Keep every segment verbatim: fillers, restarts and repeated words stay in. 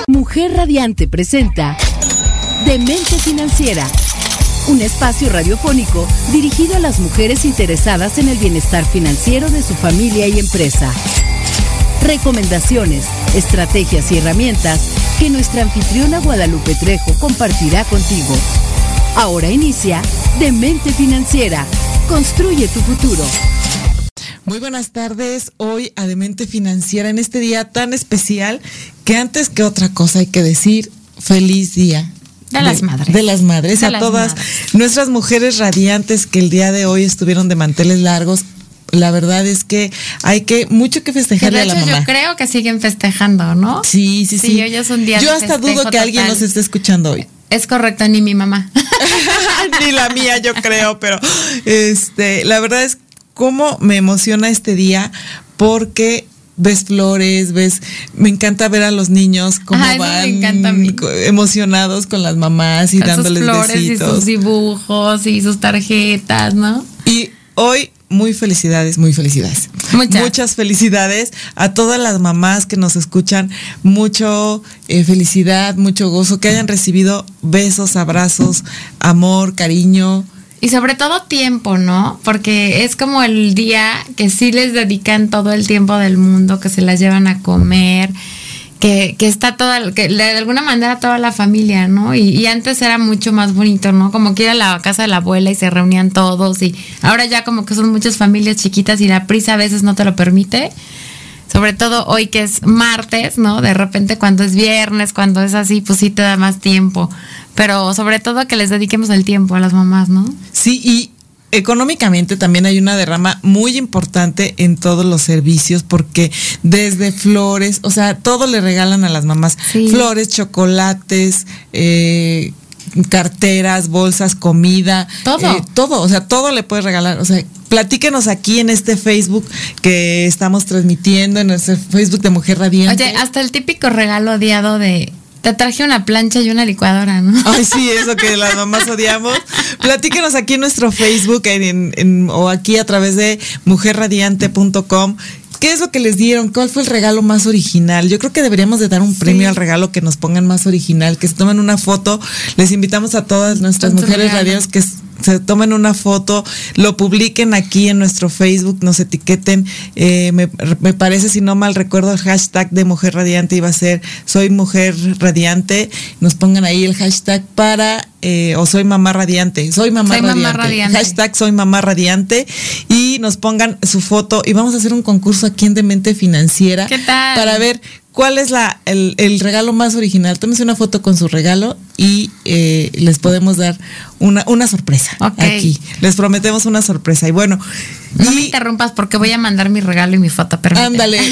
Mujer Radiante presenta Demente Financiera, un espacio radiofónico dirigido a las mujeres interesadas en el bienestar financiero de su familia y empresa. Recomendaciones, estrategias y herramientas que nuestra anfitriona Guadalupe Trejo compartirá contigo. Ahora inicia Demente Financiera. Construye tu futuro. Muy buenas tardes, hoy a Demente Financiera, en este día tan especial que antes que otra cosa hay que decir, feliz día. De, de las madres. De las madres, de a las todas madres. Nuestras mujeres radiantes que el día de hoy estuvieron de manteles largos. La verdad es que hay que mucho que festejarle de hecho, a la mamá. Yo creo que siguen festejando, ¿no? Sí, sí, sí. Sí, hoy es un día Yo de hasta dudo que total. alguien nos esté escuchando hoy. Es correcto, ni mi mamá. Ni la mía, yo creo, pero este, la verdad es cómo me emociona este día porque ves flores, ves, me encanta ver a los niños cómo Ay, van me encanta a mí. emocionados con las mamás y con dándoles sus flores besitos. Y sus dibujos y sus tarjetas, ¿no? Y hoy muy felicidades, muy felicidades. Muchas. Muchas felicidades a todas las mamás que nos escuchan. Mucho eh, felicidad, mucho gozo, que hayan recibido besos, abrazos, amor, cariño. Y sobre todo tiempo, ¿no? Porque es como el día que sí les dedican todo el tiempo del mundo, que se las llevan a comer, que, que está toda, que de alguna manera toda la familia, ¿no? Y, y antes era mucho más bonito, ¿no? Como que ir a la casa de la abuela y se reunían todos, y ahora ya como que son muchas familias chiquitas y la prisa a veces no te lo permite. Sobre todo hoy que es martes, ¿no? De repente cuando es viernes, cuando es así, pues sí te da más tiempo. Pero sobre todo que les dediquemos el tiempo a las mamás, ¿no? Sí, y económicamente también hay una derrama muy importante en todos los servicios, porque desde flores, o sea, todo le regalan a las mamás. Sí. Flores, chocolates, eh, carteras, bolsas, comida. Todo. Eh, todo, o sea, todo le puedes regalar. O sea, platíquenos aquí en este Facebook que estamos transmitiendo, en nuestro Facebook de Mujer Radiante. Oye, hasta el típico regalo odiado de... Te traje una plancha y una licuadora, ¿no? Ay, sí, eso que las mamás odiamos. Platíquenos aquí en nuestro Facebook en, en, en, o aquí a través de mujer radiante punto com. ¿Qué es lo que les dieron? ¿Cuál fue el regalo más original? Yo creo que deberíamos de dar un Sí. premio al regalo que nos pongan más original, que se tomen una foto. Les invitamos a todas nuestras Con su mujeres regalo. radiantes que se tomen una foto, lo publiquen aquí en nuestro Facebook, nos etiqueten. Eh, me, me parece, si no mal recuerdo, el hashtag de Mujer Radiante iba a ser Soy Mujer Radiante. Nos pongan ahí el hashtag para, eh, o Soy Mamá Radiante. Soy Mamá, Soy Radiante. Mamá Radiante. Hashtag Soy Mamá Radiante. Y nos pongan su foto y vamos a hacer un concurso aquí en Demente Financiera. ¿Qué tal? Para ver cuál es la el, el regalo más original. Tómense una foto con su regalo y eh, les podemos dar una, una sorpresa. Okay. Aquí. Les prometemos una sorpresa. Y bueno. No y, me interrumpas porque voy a mandar mi regalo y mi foto, permíteme. ándale.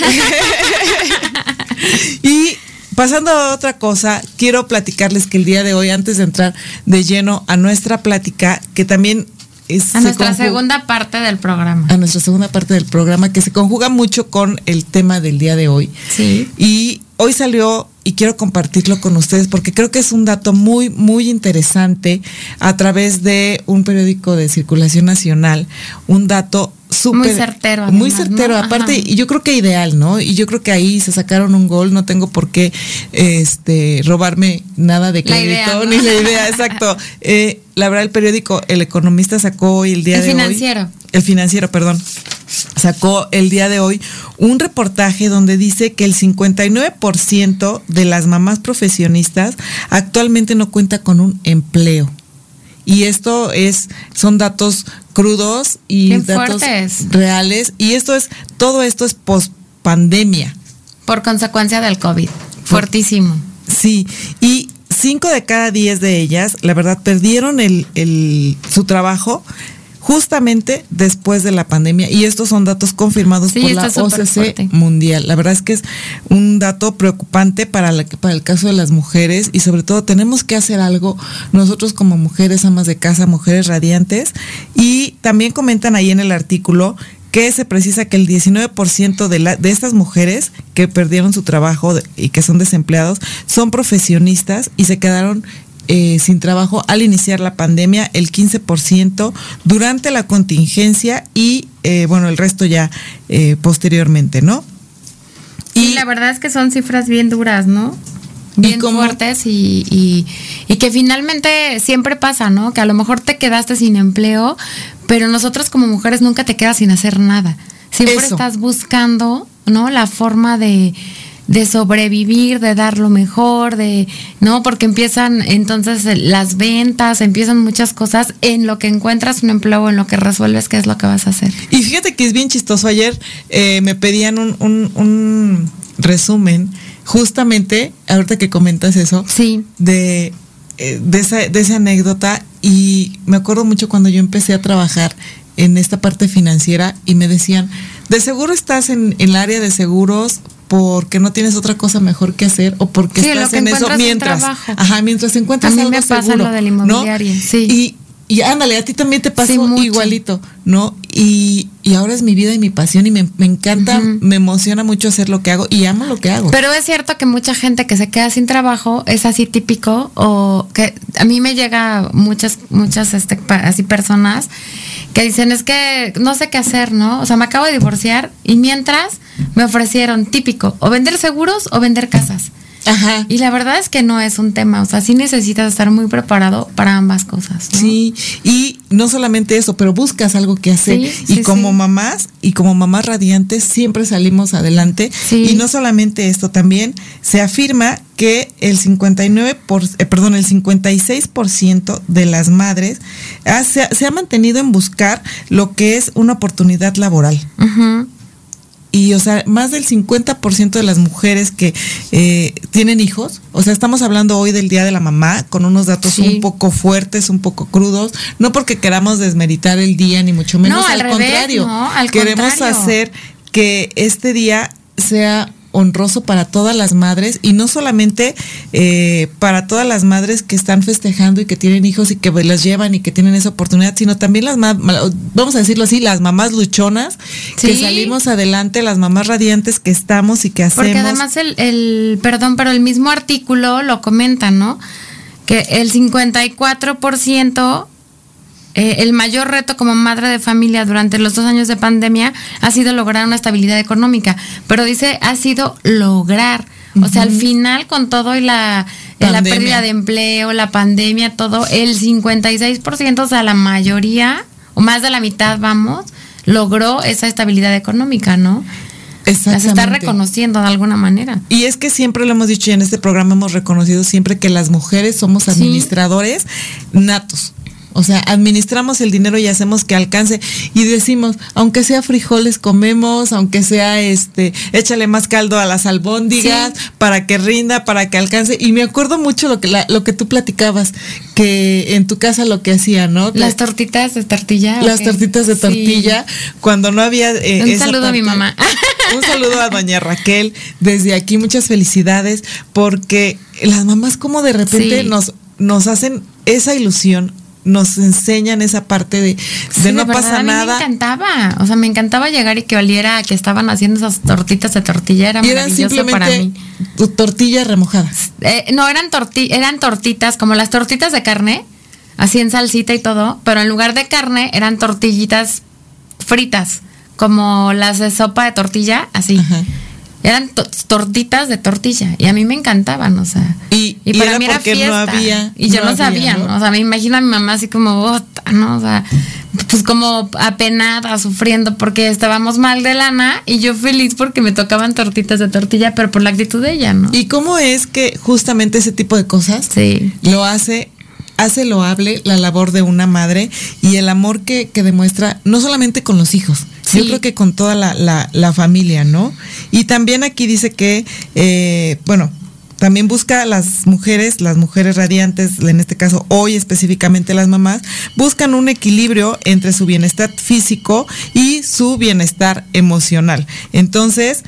Y pasando a otra cosa, quiero platicarles que el día de hoy, antes de entrar de lleno a nuestra plática, que también es, A nuestra conjuga, segunda parte del programa. a nuestra segunda parte del programa, que se conjuga mucho con el tema del día de hoy. Sí. Y hoy salió, y quiero compartirlo con ustedes porque creo que es un dato muy, muy interesante, a través de un periódico de circulación nacional, un dato súper... Muy certero, además, Muy certero, ¿no? aparte, Ajá. y yo creo que ideal, ¿no? Y yo creo que ahí se sacaron un gol, no tengo por qué este robarme nada de La crédito, idea, ¿no? ni la idea, exacto. Eh, la verdad, el periódico El Economista sacó hoy el día El de Financiero. hoy... El Financiero, perdón. Sacó el día de hoy un reportaje donde dice que el cincuenta y nueve por ciento de las mamás profesionistas actualmente no cuenta con un empleo. Y esto es, son datos crudos y Bien datos fuertes. reales. Y esto es, todo esto es post pandemia. Por consecuencia del COVID. Fuertísimo. Sí, y cinco de cada diez de ellas, la verdad, perdieron el, el, su trabajo justamente después de la pandemia, y estos son datos confirmados Sí, por la está O súper C C fuerte. mundial. La verdad es que es un dato preocupante para, la, para el caso de las mujeres, y sobre todo tenemos que hacer algo nosotros como mujeres, amas de casa, mujeres radiantes. Y también comentan ahí en el artículo que se precisa que el diecinueve por ciento de, la, de estas mujeres que perdieron su trabajo de, y que son desempleados son profesionistas y se quedaron Eh, sin trabajo al iniciar la pandemia, el quince por ciento durante la contingencia y eh, bueno, el resto ya eh, posteriormente, ¿no? Y sí, la verdad es que son cifras bien duras, ¿no? bien fuertes y, y, y que finalmente siempre pasa, ¿no? Que a lo mejor te quedaste sin empleo, pero nosotros como mujeres nunca te quedas sin hacer nada. Siempre Eso. estás buscando, ¿no? La forma de, de sobrevivir, de dar lo mejor, de, ¿no? Porque empiezan entonces las ventas, empiezan muchas cosas en lo que encuentras un empleo, en lo que resuelves qué es lo que vas a hacer. Y fíjate que es bien chistoso. Ayer eh, me pedían un, un, un resumen, justamente, ahorita que comentas eso, sí. de, eh, de, esa, de esa anécdota, y me acuerdo mucho cuando yo empecé a trabajar en esta parte financiera y me decían, de seguro estás en, en el área de seguros porque no tienes otra cosa mejor que hacer o porque sí, estás en eso mientras, ajá, mientras encuentras algo seguro. A mí me pasa lo del inmobiliario, ¿no? sí. Y, y ándale, a ti también te pasó sí, igualito, ¿no? Y, y ahora es mi vida y mi pasión y me, me encanta, uh-huh. me emociona mucho hacer lo que hago y amo lo que hago. Pero es cierto que mucha gente que se queda sin trabajo es así típico, o que a mí me llega muchas, muchas este, así personas que dicen, es que no sé qué hacer, ¿no? O sea, me acabo de divorciar y mientras me ofrecieron típico, o vender seguros o vender casas. Ajá. Y la verdad es que no es un tema, o sea, sí necesitas estar muy preparado para ambas cosas, ¿no? Sí, y no solamente eso, pero buscas algo que hacer. Sí, y sí, como sí. mamás, y como mamás radiantes, siempre salimos adelante. Sí. Y no solamente esto, también se afirma que el cincuenta y nueve por, eh, perdón, el cincuenta y seis por ciento de las madres ha, se, se ha mantenido en buscar lo que es una oportunidad laboral. Ajá. Uh-huh. Y, o sea, más del cincuenta por ciento de las mujeres que eh, tienen hijos, o sea, estamos hablando hoy del Día de la Mamá, con unos datos sí. un poco fuertes, un poco crudos, no porque queramos desmeritar el día, ni mucho menos, no, al, al contrario, revés, no, al queremos contrario. hacer que este día sea honroso para todas las madres y no solamente eh, para todas las madres que están festejando y que tienen hijos y que las llevan y que tienen esa oportunidad, sino también las mamás, vamos a decirlo así, las mamás luchonas, sí. que salimos adelante, las mamás radiantes que estamos y que hacemos. Porque además el, el perdón, pero el mismo artículo lo comenta, ¿no? Que el cincuenta y cuatro por ciento Eh, el mayor reto como madre de familia durante los dos años de pandemia ha sido lograr una estabilidad económica, pero dice ha sido lograr, uh-huh. o sea, al final con todo y la, la pérdida de empleo, la pandemia, todo, el cincuenta y seis por ciento, o sea, la mayoría, o más de la mitad, vamos, logró esa estabilidad económica, ¿no? Las está reconociendo de alguna manera. Y es que siempre lo hemos dicho y en este programa hemos reconocido siempre que las mujeres somos administradores sí. natos. O sea, administramos el dinero y hacemos que alcance y decimos, aunque sea frijoles comemos, aunque sea este, échale más caldo a las albóndigas sí. para que rinda, para que alcance. Y me acuerdo mucho lo que la, lo que tú platicabas, que en tu casa lo que hacía, ¿no? Las tortitas de tortilla. Las okay. tortitas de tortilla, sí. cuando no había eh, Un saludo parte. a mi mamá. Un saludo a doña Raquel. Desde aquí muchas felicidades, porque las mamás como de repente sí. nos, nos hacen esa ilusión, nos enseñan esa parte de, de sí, no de pasa verdad, nada. A mí me encantaba, o sea, me encantaba llegar y que oliera que estaban haciendo esas tortitas de tortilla, era y eran maravilloso para mí. Tortillas remojadas. Eh, no, eran torti- eran tortitas, como las tortitas de carne, así en salsita y todo, pero en lugar de carne eran tortillitas fritas, como las de sopa de tortilla, así. Ajá. Eran to- tortitas de tortilla y a mí me encantaban, o sea, y, y, y para era mí era fiesta no había, y yo no, no sabía, había, ¿no? O sea, me imagino a mi mamá así como bota, ¿no? O sea, pues como apenada, sufriendo porque estábamos mal de lana y yo feliz porque me tocaban tortitas de tortilla, pero por la actitud de ella, ¿no? ¿Y cómo es que justamente ese tipo de cosas sí. lo hace hace loable la labor de una madre y el amor que, que demuestra no solamente con los hijos, sí. yo creo que con toda la, la, la familia, ¿no? Y también aquí dice que, eh, bueno, también busca a las mujeres, las mujeres radiantes, en este caso hoy específicamente las mamás, buscan un equilibrio entre su bienestar físico y su bienestar emocional. Entonces,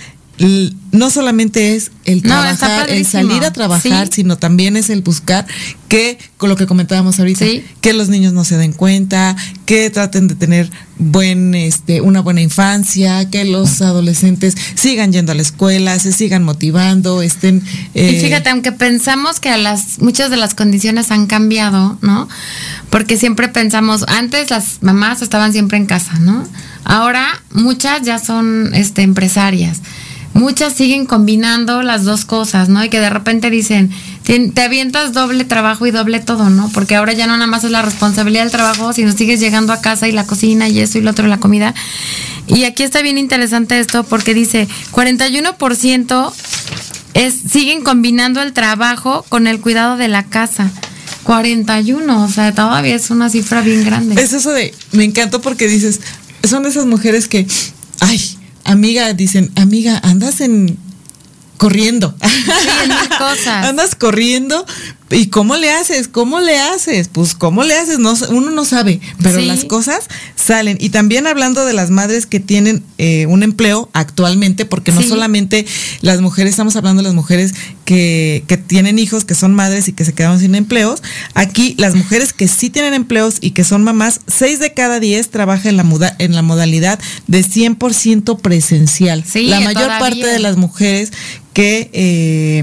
no solamente es el trabajar, no, el salir a trabajar, sí. sino también es el buscar que, con lo que comentábamos ahorita, sí. que los niños no se den cuenta, que traten de tener buen, este, una buena infancia, que los adolescentes sigan yendo a la escuela, se sigan motivando, estén. Eh, y fíjate, aunque pensamos que a las muchas de las condiciones han cambiado, ¿no? Porque siempre pensamos, antes las mamás estaban siempre en casa, ¿no? Ahora muchas ya son, este, empresarias. muchas siguen combinando las dos cosas, ¿no? Y que de repente dicen, te, te avientas doble trabajo y doble todo, ¿no? Porque ahora ya no nada más es la responsabilidad del trabajo, sino sigues llegando a casa y la cocina y eso y lo otro, la comida. Y aquí está bien interesante esto porque dice, cuarenta y uno por ciento es, siguen combinando el trabajo con el cuidado de la casa. cuarenta y uno, o sea, todavía es una cifra bien grande. Es eso de, me encantó porque dices, son de esas mujeres que, ay, amiga, dicen, amiga, andas en corriendo. Sí, en mil cosas. Andas corriendo. ¿Y cómo le haces? ¿Cómo le haces? Pues, ¿cómo le haces? No, uno no sabe, pero sí, las cosas salen. Y también hablando de las madres que tienen eh, un empleo actualmente, porque no sí. solamente las mujeres, estamos hablando de las mujeres que, que tienen hijos, que son madres y que se quedaron sin empleos. Aquí, las mujeres que sí tienen empleos y que son mamás, seis de cada diez trabaja en la, muda, en la modalidad de cien por ciento presencial. Sí, la mayor todavía. parte de las mujeres que eh,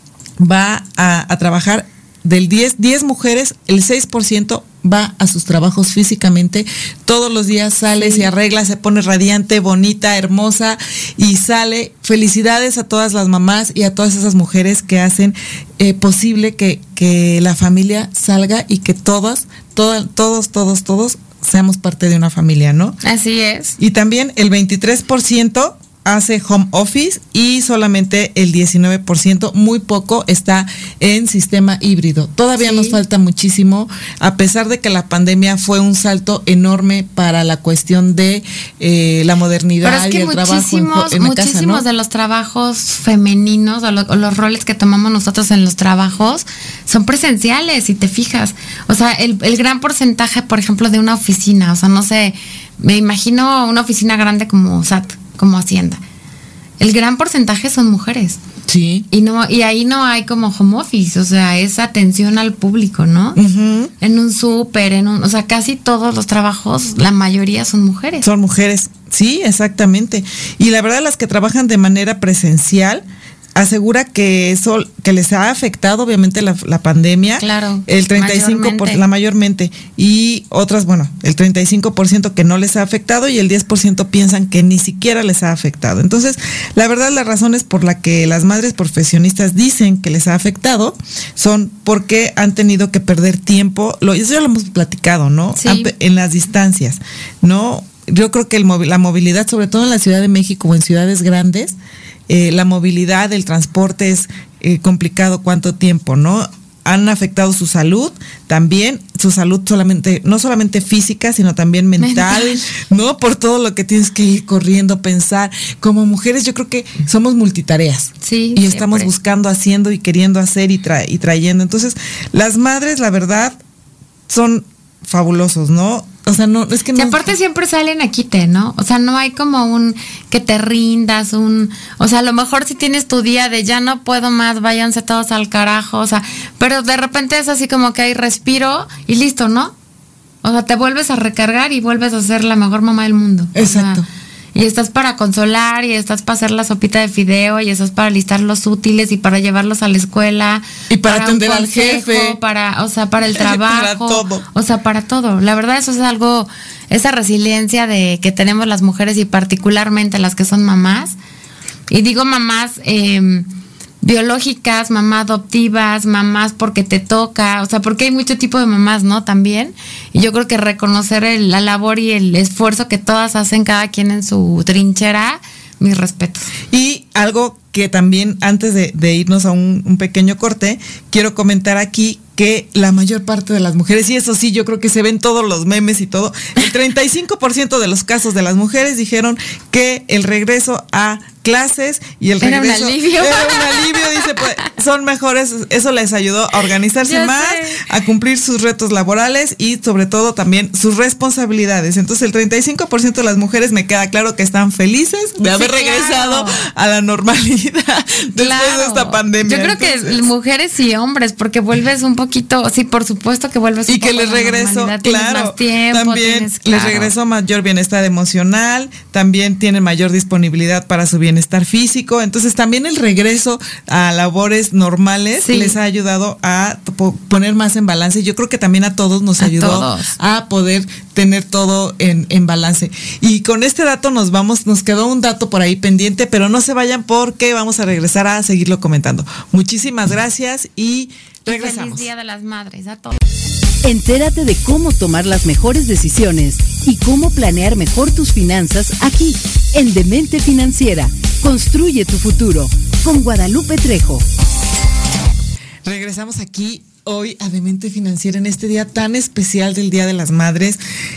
va a, a trabajar, del diez, diez mujeres, el seis por ciento va a sus trabajos físicamente. Todos los días sale, sí. se arregla, se pone radiante, bonita, hermosa y sale. Felicidades a todas las mamás y a todas esas mujeres que hacen eh, posible que, que la familia salga y que todas, todas, todos, todos, todos seamos parte de una familia, ¿no? Así es. Y también el veintitrés por ciento hace home office y solamente el diecinueve por ciento, muy poco, está en sistema híbrido. Todavía sí. nos falta muchísimo, a pesar de que la pandemia fue un salto enorme para la cuestión de eh, la modernidad. Pero es que y el trabajo en, en muchísimos casa, ¿no? de los trabajos femeninos o, lo, o los roles que tomamos nosotros en los trabajos son presenciales, si te fijas. O sea, el, el gran porcentaje, por ejemplo, de una oficina, o sea, no sé, me imagino una oficina grande como S A T, como Hacienda. El gran porcentaje son mujeres. Sí. Y no, y ahí no hay como home office, o sea, es atención al público, ¿no? Uh-huh. En un súper, en un, o sea, casi todos los trabajos, la mayoría son mujeres. Son mujeres, sí, exactamente. Y la verdad, las que trabajan de manera presencial, asegura que eso que les ha afectado obviamente la, la pandemia, claro, el treinta y cinco por ciento, por, la mayormente, y otras, bueno, el treinta y cinco por ciento que no les ha afectado y el diez por ciento piensan que ni siquiera les ha afectado. Entonces, la verdad, las razones por las que las madres profesionistas dicen que les ha afectado son porque han tenido que perder tiempo, lo, eso ya lo hemos platicado, ¿no? Sí. Han, en las distancias, ¿no? Yo creo que el, la movilidad, sobre todo en la Ciudad de México o en ciudades grandes, Eh, la movilidad, el transporte es eh, complicado, cuánto tiempo, ¿no? Han afectado su salud, también su salud solamente, no solamente física, sino también mental, mental, ¿no? Por todo lo que tienes que ir corriendo, pensar. Como mujeres yo creo que somos multitareas. Sí, y estamos buscando, haciendo y queriendo hacer y, tra- y trayendo. Entonces, las madres, la verdad, son fabulosos, ¿no? O sea, no, es que no. Y aparte siempre salen a quite, ¿no? O sea, no hay como un que te rindas, un, o sea, a lo mejor si tienes tu día de ya no puedo más, váyanse todos al carajo, o sea, pero de repente es así como que hay respiro y listo, ¿no? O sea, te vuelves a recargar y vuelves a ser la mejor mamá del mundo. Exacto. O sea, y estás para consolar, y estás para hacer la sopita de fideo, y estás para listar los útiles y para llevarlos a la escuela. Y para, para atender consejo, al jefe. Para, o sea, para el trabajo. Para todo. O sea, para todo. La verdad, eso es algo, esa resiliencia de que tenemos las mujeres y particularmente las que son mamás. Y digo mamás eh, biológicas, mamás adoptivas, mamás porque te toca, o sea, porque hay mucho tipo de mamás, ¿no? También. Y yo creo que reconocer el, la labor y el esfuerzo que todas hacen, cada quien en su trinchera, mis respetos. Y algo que también, antes de, de irnos a un, un pequeño corte, quiero comentar aquí que la mayor parte de las mujeres, y eso sí, yo creo que se ven todos los memes y todo, el treinta y cinco por ciento de los casos de las mujeres dijeron que el regreso a clases y el regreso era un alivio, era un alivio dice, pues, son mejores, eso les ayudó a organizarse ya más, sé. a cumplir sus retos laborales y sobre todo también sus responsabilidades. Entonces el treinta y cinco por ciento de las mujeres, me queda claro que están felices de haber sí, regresado claro. a la normalidad después claro. de esta pandemia. Yo creo Entonces, que mujeres y hombres, porque vuelves un poquito poquito, sí, por supuesto que vuelves un y que poco les a la regreso, normalidad, tienes claro, más tiempo, también tienes, claro. les regreso mayor bienestar emocional, también tienen mayor disponibilidad para su bienestar físico, entonces también el regreso a labores normales Sí. les ha ayudado a po- poner más en balance. Yo creo que también a todos nos A ayudó todos. a poder tener todo en, en balance. Y con este dato nos vamos, nos quedó un dato por ahí pendiente, pero no se vayan porque vamos a regresar a seguirlo comentando. Muchísimas gracias y regresamos. Feliz Día de las Madres a todos. Entérate de cómo tomar las mejores decisiones y cómo planear mejor tus finanzas aquí, en Demente Financiera. Construye tu futuro, con Guadalupe Trejo. Regresamos aquí hoy a Demente Financiera en este día tan especial del Día de las Madres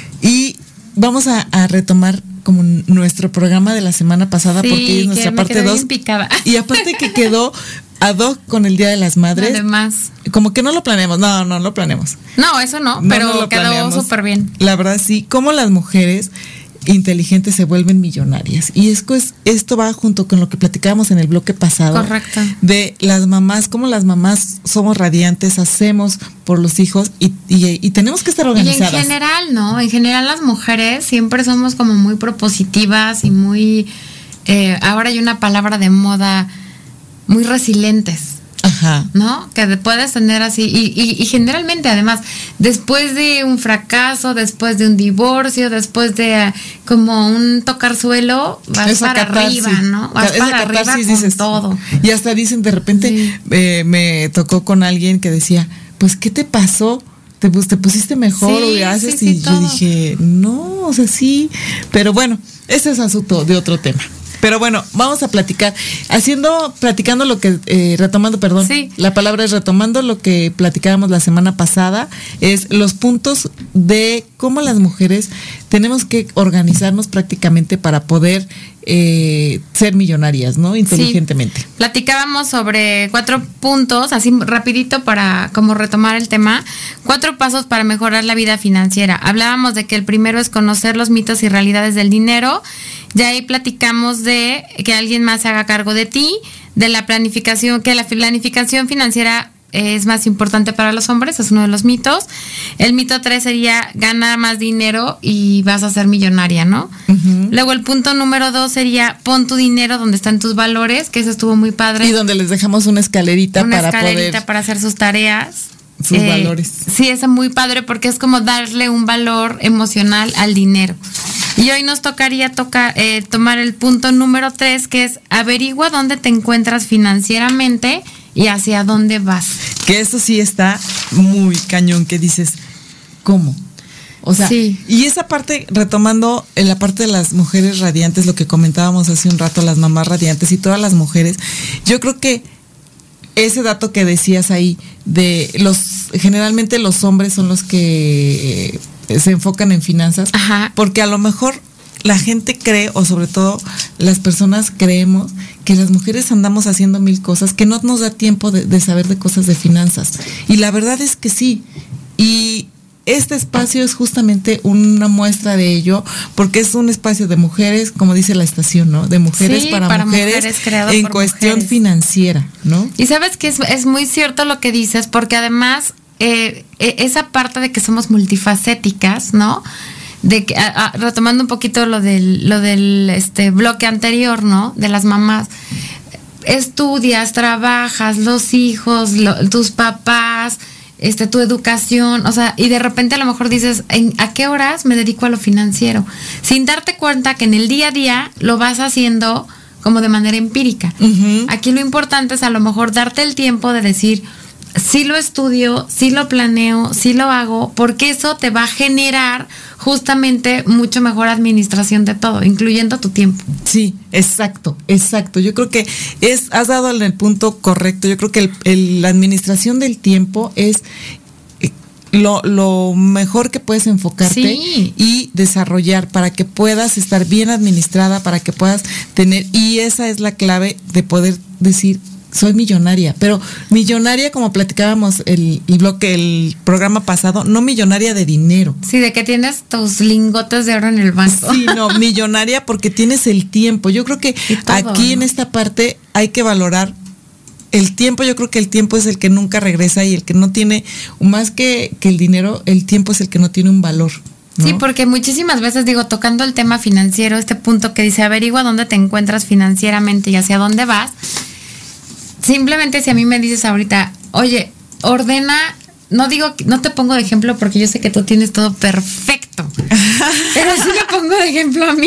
y vamos a, a retomar como nuestro programa de la semana pasada Sí, porque es que nuestra me parte quedé dos bien picada. y aparte que quedó ad hoc con el Día de las Madres. Además. Como que no lo planeamos, no, no lo planeamos. No, eso no, No, pero no lo quedó planeamos. súper bien. La verdad sí, como las mujeres inteligentes se vuelven millonarias. Y esto, es, esto va junto con lo que platicábamos en el bloque pasado. Correcto. De las mamás, cómo las mamás somos radiantes, hacemos por los hijos y, y, y tenemos que estar organizadas. Y en general, ¿no? En general las mujeres siempre somos como muy propositivas y muy, eh, ahora hay una palabra de moda, muy resilientes. Ajá. ¿No? Que puedes tener así, y, y, y generalmente además, después de un fracaso, después de un divorcio, después de uh, como un tocar suelo, vas Esa para catarsis. arriba, ¿no? Vas Esa para arriba catarsis, con dices, todo. Y hasta dicen de repente, Sí. eh, me tocó con alguien que decía, pues, ¿qué te pasó? ¿Te, pues, te pusiste mejor Sí, o haces? sí, sí, y yo todo. dije, no, o sea, sí. Pero bueno, ese es asunto de otro tema. Pero bueno, vamos a platicar, haciendo, platicando lo que, eh, retomando, perdón, Sí. la palabra es retomando lo que platicábamos la semana pasada, es los puntos de cómo las mujeres tenemos que organizarnos prácticamente para poder eh, ser millonarias, ¿no? Inteligentemente. Sí. Platicábamos sobre cuatro puntos, así rapidito para como retomar el tema, cuatro pasos para mejorar la vida financiera. Hablábamos de que el primero es conocer los mitos y realidades del dinero. Ya ahí platicamos de que alguien más se haga cargo de ti, de la planificación, que la planificación financiera es más importante para los hombres, es uno de los mitos. El mito tres sería gana más dinero y vas a ser millonaria, ¿no? Uh-huh. Luego el punto número dos sería pon tu dinero donde están tus valores, que eso estuvo muy padre. Y donde les dejamos una escalerita Una para escalerita poder para hacer sus tareas. sus Eh, valores. Sí, es muy padre porque es como darle un valor emocional al dinero. Y hoy nos tocaría tocar, eh, tomar el punto número tres, que es averigua dónde te encuentras financieramente y hacia dónde vas. Que eso sí está muy cañón, que dices, ¿cómo? O sea, Sí. y esa parte, retomando en la parte de las mujeres radiantes, lo que comentábamos hace un rato, las mamás radiantes y todas las mujeres, yo creo que ese dato que decías ahí, de los, generalmente los hombres son los que eh, se enfocan en finanzas, Ajá. porque a lo mejor la gente cree, o sobre todo las personas creemos, que las mujeres andamos haciendo mil cosas, que no nos da tiempo de, de saber de cosas de finanzas. Y la verdad es que sí. Y este espacio es justamente una muestra de ello, porque es un espacio de mujeres, como dice la estación, ¿no? De mujeres Sí, para, para mujeres, mujeres, creado en por cuestión mujeres. financiera, ¿no? Y sabes que es, es muy cierto lo que dices, porque además eh, eh, esa parte de que somos multifacéticas, ¿no? De que, a, a, retomando un poquito lo del, lo del este bloque anterior, ¿no? De las mamás. Estudias, trabajas, los hijos, lo, tus papás, este, tu educación, o sea, y de repente a lo mejor dices, ¿en, ¿a qué horas me dedico a lo financiero? Sin darte cuenta que en el día a día lo vas haciendo como de manera empírica. Uh-huh. Aquí lo importante es a lo mejor darte el tiempo de decir, sí lo estudio, sí lo planeo, sí lo hago, porque eso te va a generar justamente mucho mejor administración de todo, incluyendo tu tiempo. Sí, exacto, exacto. Yo creo que es, has dado en el punto correcto. Yo creo que el, el, la administración del tiempo es lo, lo mejor que puedes enfocarte Sí. y desarrollar para que puedas estar bien administrada, para que puedas tener, y esa es la clave de poder decir, soy millonaria, pero millonaria, como platicábamos el, el bloque, el programa pasado, no millonaria de dinero. Sí, de que tienes tus lingotes de oro en el banco. Sí, no, millonaria porque tienes el tiempo. Yo creo que Y todo, aquí ¿no? en esta parte hay que valorar el tiempo, yo creo que el tiempo es el que nunca regresa y el que no tiene, más que, que el dinero, el tiempo es el que no tiene un valor, ¿no? Sí, porque muchísimas veces digo, tocando el tema financiero, este punto que dice, averigua dónde te encuentras financieramente y hacia dónde vas. Simplemente si a mí me dices ahorita, oye, ordena, no digo, no te pongo de ejemplo porque yo sé que tú tienes todo perfecto, pero sí me pongo de ejemplo a mí.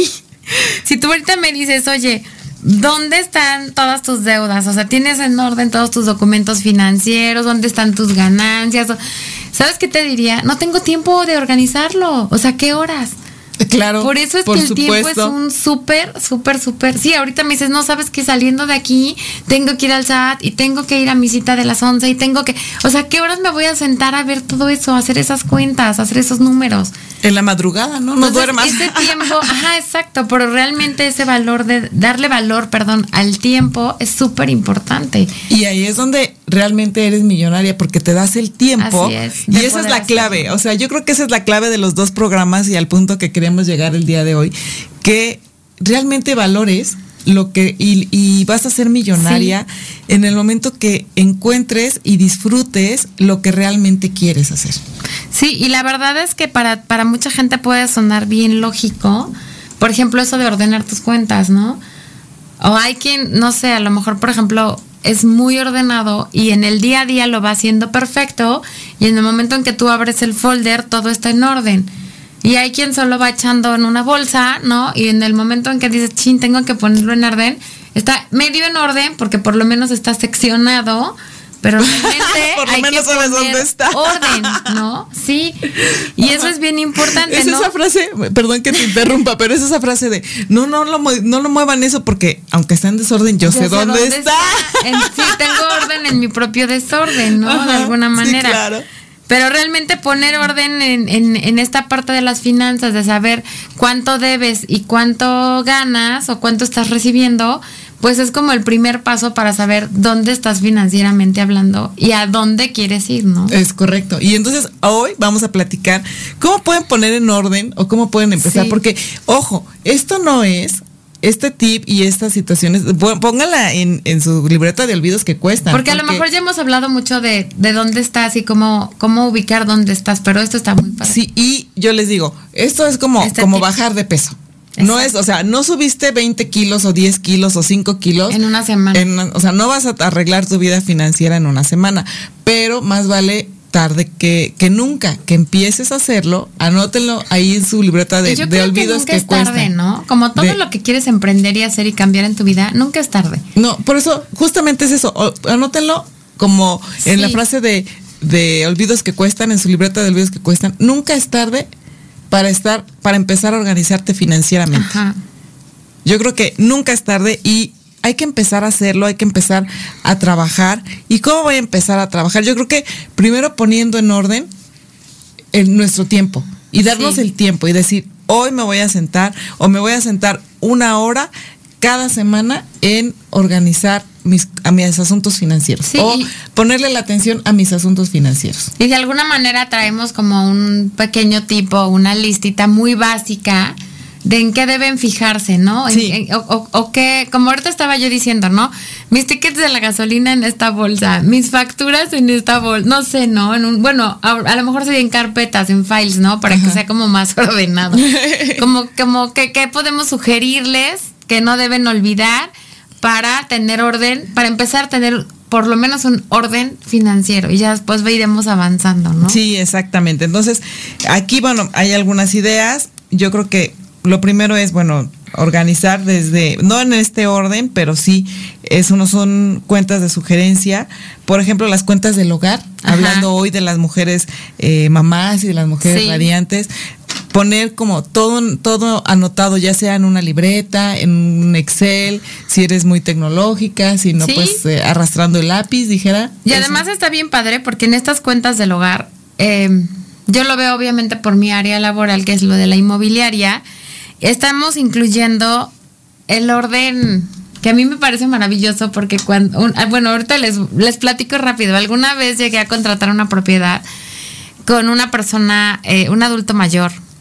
Si tú ahorita me dices, oye, ¿dónde están todas tus deudas? O sea, ¿tienes en orden todos tus documentos financieros? ¿Dónde están tus ganancias? ¿Sabes qué te diría? No tengo tiempo de organizarlo. O sea, ¿qué horas? Claro. Por eso es por que el supuesto. tiempo es un súper, súper, súper. Sí, ahorita me dices, no, sabes que saliendo de aquí tengo que ir al S A T y tengo que ir a mi cita de las once y tengo que. O sea, ¿qué horas me voy a sentar a ver todo eso, a hacer esas cuentas, a hacer esos números? En la madrugada, ¿no? No duermas. Ese tiempo, ajá, exacto, pero realmente ese valor de, darle valor, perdón, al tiempo es súper importante. Y ahí es donde realmente eres millonaria, porque te das el tiempo. Así es, y esa es la clave. Hacerlo. O sea, yo creo que esa es la clave de los dos programas y al punto que queremos llegar el día de hoy, que realmente valores lo que y, y vas a ser millonaria sí. en el momento que encuentres y disfrutes lo que realmente quieres hacer. Sí, y la verdad es que para, para mucha gente puede sonar bien lógico, por ejemplo, eso de ordenar tus cuentas, ¿no? O hay quien, no sé, a lo mejor, por ejemplo, es muy ordenado y en el día a día lo va haciendo perfecto y en el momento en que tú abres el folder todo está en orden. Y hay quien solo va echando en una bolsa, ¿no? Y en el momento en que dices, chin, tengo que ponerlo en orden, está medio en orden porque por lo menos está seccionado, pero realmente por lo hay menos que sabes poner dónde está. orden, ¿no? Sí. Y eso es bien importante, es ¿no? esa frase, perdón que te interrumpa, pero es esa frase de no, no lo, no lo muevan eso porque aunque está en desorden, yo, yo sé, sé dónde, dónde está. está. En, sí, tengo orden en mi propio desorden, ¿no? Ajá, de alguna manera. Sí, claro. Pero realmente poner orden en, en, en esta parte de las finanzas, de saber cuánto debes y cuánto ganas o cuánto estás recibiendo, pues es como el primer paso para saber dónde estás financieramente hablando y a dónde quieres ir, ¿no? Es correcto. Y entonces hoy vamos a platicar cómo pueden poner en orden o cómo pueden empezar. Sí. Porque, ojo, esto no es... Este tip y estas situaciones, póngala en, en su libreta de olvidos que cuestan. Porque, porque a lo mejor ya hemos hablado mucho de, de dónde estás y cómo, cómo ubicar dónde estás, pero esto está muy padre. Sí, y yo les digo, esto es como, este como bajar de peso. Exacto. No es, o sea, no subiste veinte kilos o diez kilos o cinco kilos. En una semana. En una, o sea, no vas a arreglar tu vida financiera en una semana, pero más vale tarde que, que nunca, que empieces a hacerlo, anótenlo ahí en su libreta de, yo de creo olvidos que, nunca que es tarde, cuestan. ¿no? Como todo de, lo que quieres emprender y hacer y cambiar en tu vida, nunca es tarde. No, por eso, justamente es eso, o, anótenlo como sí. en la frase de, de olvidos que cuestan, en su libreta de olvidos que cuestan, nunca es tarde para estar, para empezar a organizarte financieramente. Ajá. Yo creo que nunca es tarde y hay que empezar a hacerlo, hay que empezar a trabajar. ¿Y cómo voy a empezar a trabajar? Yo creo que primero poniendo en orden el, nuestro tiempo y darnos sí. el tiempo y decir, hoy me voy a sentar o me voy a sentar una hora cada semana en organizar mis, a mis asuntos financieros sí, o ponerle la atención a mis asuntos financieros. Y de alguna manera traemos como un pequeño tipo, una listita muy básica de en qué deben fijarse, ¿no? Sí. En, en, o, o, o que, como ahorita estaba yo diciendo, ¿no? Mis tickets de la gasolina en esta bolsa, mis facturas en esta bolsa, no sé, ¿no? En un, bueno, a, a lo mejor sería en carpetas, en files, ¿no? Para Ajá. que sea como más ordenado. como como que, que podemos sugerirles que no deben olvidar para tener orden, para empezar a tener por lo menos un orden financiero y ya después iremos avanzando, ¿no? Sí, exactamente. Entonces, aquí, bueno, hay algunas ideas. Yo creo que lo primero es, bueno, organizar desde, no en este orden, pero sí, eso no son cuentas de sugerencia. Por ejemplo, las cuentas del hogar, Ajá. hablando hoy de las mujeres eh, mamás y de las mujeres sí. radiantes, poner como todo, todo anotado, ya sea en una libreta, en un Excel, si eres muy tecnológica, si no, ¿Sí? pues eh, arrastrando el lápiz, dijera. Y eso. Además está bien padre, porque en estas cuentas del hogar, eh, yo lo veo obviamente por mi área laboral, que es lo de la inmobiliaria. Estamos incluyendo el orden que a mí me parece maravilloso porque cuando, un, bueno, ahorita les, les platico rápido. Alguna vez llegué a contratar una propiedad con una persona, eh, un adulto mayor,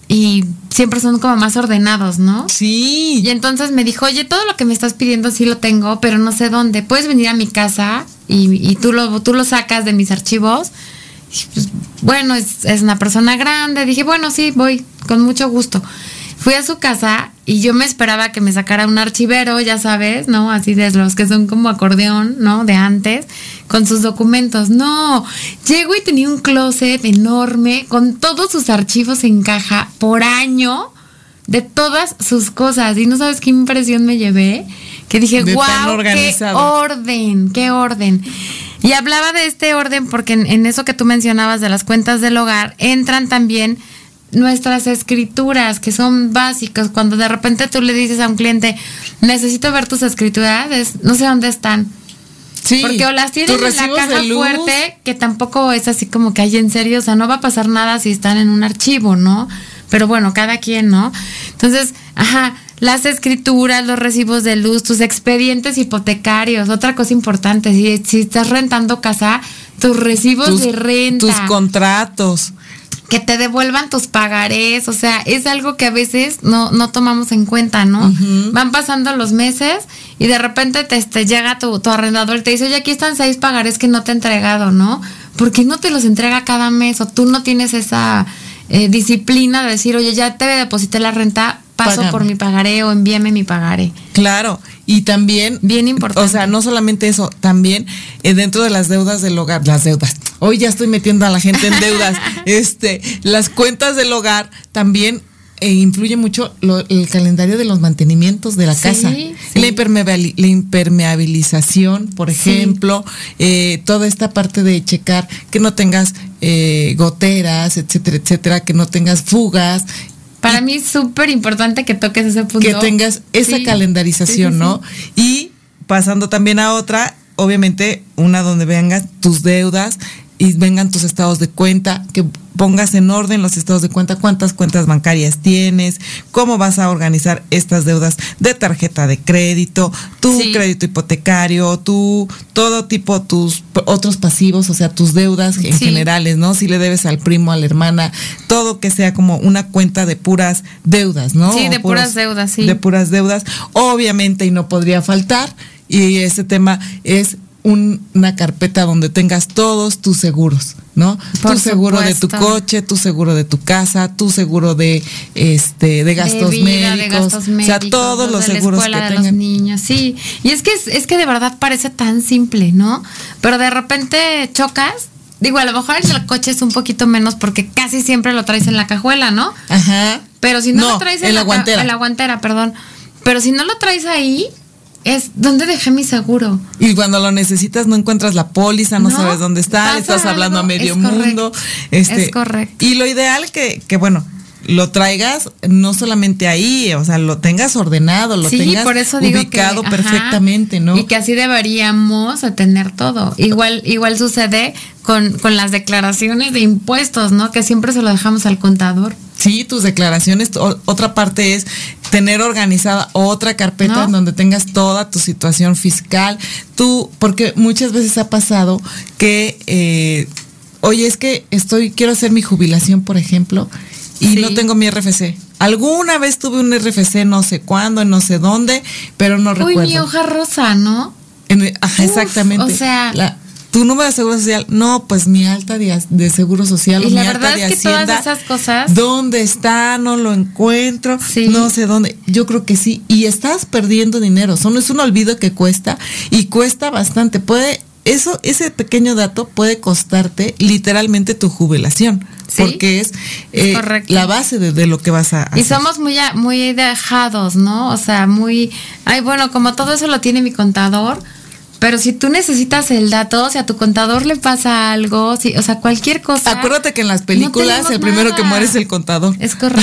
y siempre son como más ordenados, ¿no? Sí. Y entonces me dijo, oye, todo lo que me estás pidiendo sí lo tengo, pero no sé dónde. ¿Puedes venir a mi casa y, y tú lo tú lo sacas de mis archivos? Y pues, bueno, es, es una persona grande. Dije, bueno, sí, voy, con mucho gusto. Fui a su casa y yo me esperaba que me sacara un archivero, ya sabes, ¿no? Así de los que son como acordeón, ¿no? De antes, con sus documentos. No, llego y tenía un closet enorme con todos sus archivos en caja por año de todas sus cosas. Y no sabes qué impresión me llevé, que dije, De tan wow, qué organizado. orden, qué orden. Y hablaba de este orden porque en, en eso que tú mencionabas de las cuentas del hogar, entran también nuestras escrituras, que son básicas. Cuando de repente tú le dices a un cliente, necesito ver tus escrituras, es, no sé dónde están. Sí, porque o las tienes tus en la recibos caja de luz. fuerte, que tampoco es así como que hay en serio, o sea, no va a pasar nada si están en un archivo, ¿no? Pero bueno, cada quien, ¿no? Entonces, ajá, las escrituras, los recibos de luz, tus expedientes hipotecarios, otra cosa importante, si, si estás rentando casa, tus recibos Tus, de renta. tus contratos. Que te devuelvan tus pagarés, o sea, es algo que a veces no, no tomamos en cuenta, ¿no? Uh-huh. Van pasando los meses y de repente te, te llega tu, tu arrendador y te dice, oye, aquí están seis pagarés que no te he entregado, ¿no? ¿Por qué no te los entrega cada mes? O tú no tienes esa eh, disciplina de decir, oye, ya te deposité la renta, paso Págame. por mi pagaré o envíame mi pagaré. Claro, y también, Bien importante. o sea, no solamente eso, también eh, dentro de las deudas del hogar, las deudas, hoy ya estoy metiendo a la gente en deudas, este, las cuentas del hogar también eh, influye mucho lo, el calendario de los mantenimientos de la Sí, casa, sí. La, impermeabili- la impermeabilización, por Sí. ejemplo, eh, toda esta parte de checar que no tengas eh, goteras, etcétera, etcétera, que no tengas fugas. Para mí es súper importante que toques ese punto. Que tengas esa Sí. calendarización, Sí, sí, ¿no? sí. Y pasando también a otra, obviamente, una donde vengan tus deudas y vengan tus estados de cuenta, que pongas en orden los estados de cuenta, cuántas cuentas bancarias tienes, cómo vas a organizar estas deudas de tarjeta de crédito, tu Sí. crédito hipotecario, tu todo tipo, tus p- otros pasivos, o sea, tus deudas en Sí. generales, ¿no? Si le debes al primo, a la hermana, todo que sea como una cuenta de puras deudas, ¿no? Sí, O de puras deudas, sí. De puras deudas, obviamente, y no podría faltar, y ese tema es un- una carpeta donde tengas todos tus seguros, ¿no? Por tu seguro de tu supuesto. coche, tu seguro de tu casa, tu seguro de este de gastos de vida, médicos, de gastos médicos, o sea, todos los de seguros la escuela que de los tengan. niños, sí. Y es que es, es que de verdad parece tan simple, ¿no? Pero de repente chocas. Digo, a lo mejor en el coche es un poquito menos porque casi siempre lo traes en la cajuela, ¿no? Ajá. Pero si no, No, lo traes en en la ca- guantera. en la guantera, perdón. Pero si no lo traes ahí, es ¿dónde dejé mi seguro? Y cuando lo necesitas no encuentras la póliza, no, No, sabes dónde está, pasa le estás hablando algo, a medio es correcto, mundo. Este, es correcto. Y lo ideal que, que bueno, lo traigas no solamente ahí, o sea, lo tengas ordenado, lo Sí, tengas por eso digo ubicado que, ajá, perfectamente, ¿no? Y que así deberíamos de tener todo. Igual, igual sucede con, con las declaraciones de impuestos, ¿no? Que siempre se lo dejamos al contador. Sí, tus declaraciones, o- otra parte es tener organizada otra carpeta ¿No? en donde tengas toda tu situación fiscal, tú, porque muchas veces ha pasado que, eh, oye, es que estoy, quiero hacer mi jubilación, por ejemplo, y Sí. no tengo mi R F C. Alguna vez tuve un R F C, no sé cuándo, no sé dónde, pero no Uy, recuerdo. mi hoja rosa, ¿no? En- ajá, Uf, exactamente. o sea- La- tu número de seguro social, no, pues mi alta de, as- de seguro social o Y mi la alta verdad de es que todas hacienda. esas cosas- ¿Dónde está? No lo encuentro. Sí. No sé dónde. Yo creo que sí. Y estás perdiendo dinero. Son, es un olvido que cuesta y cuesta bastante. Puede, eso, ese pequeño dato puede costarte literalmente tu jubilación. Sí, porque es, es eh, correcto. la base de, de lo que vas a hacer. Y somos muy, a- muy dejados, ¿no? O sea, muy... Ay, bueno, como todo eso lo tiene mi contador, pero si tú necesitas el dato, o sea, a tu contador le pasa algo, sí, o sea, cualquier cosa... Acuérdate que en las películas tenemos el primero que nada. muere es el contador. Es correcto.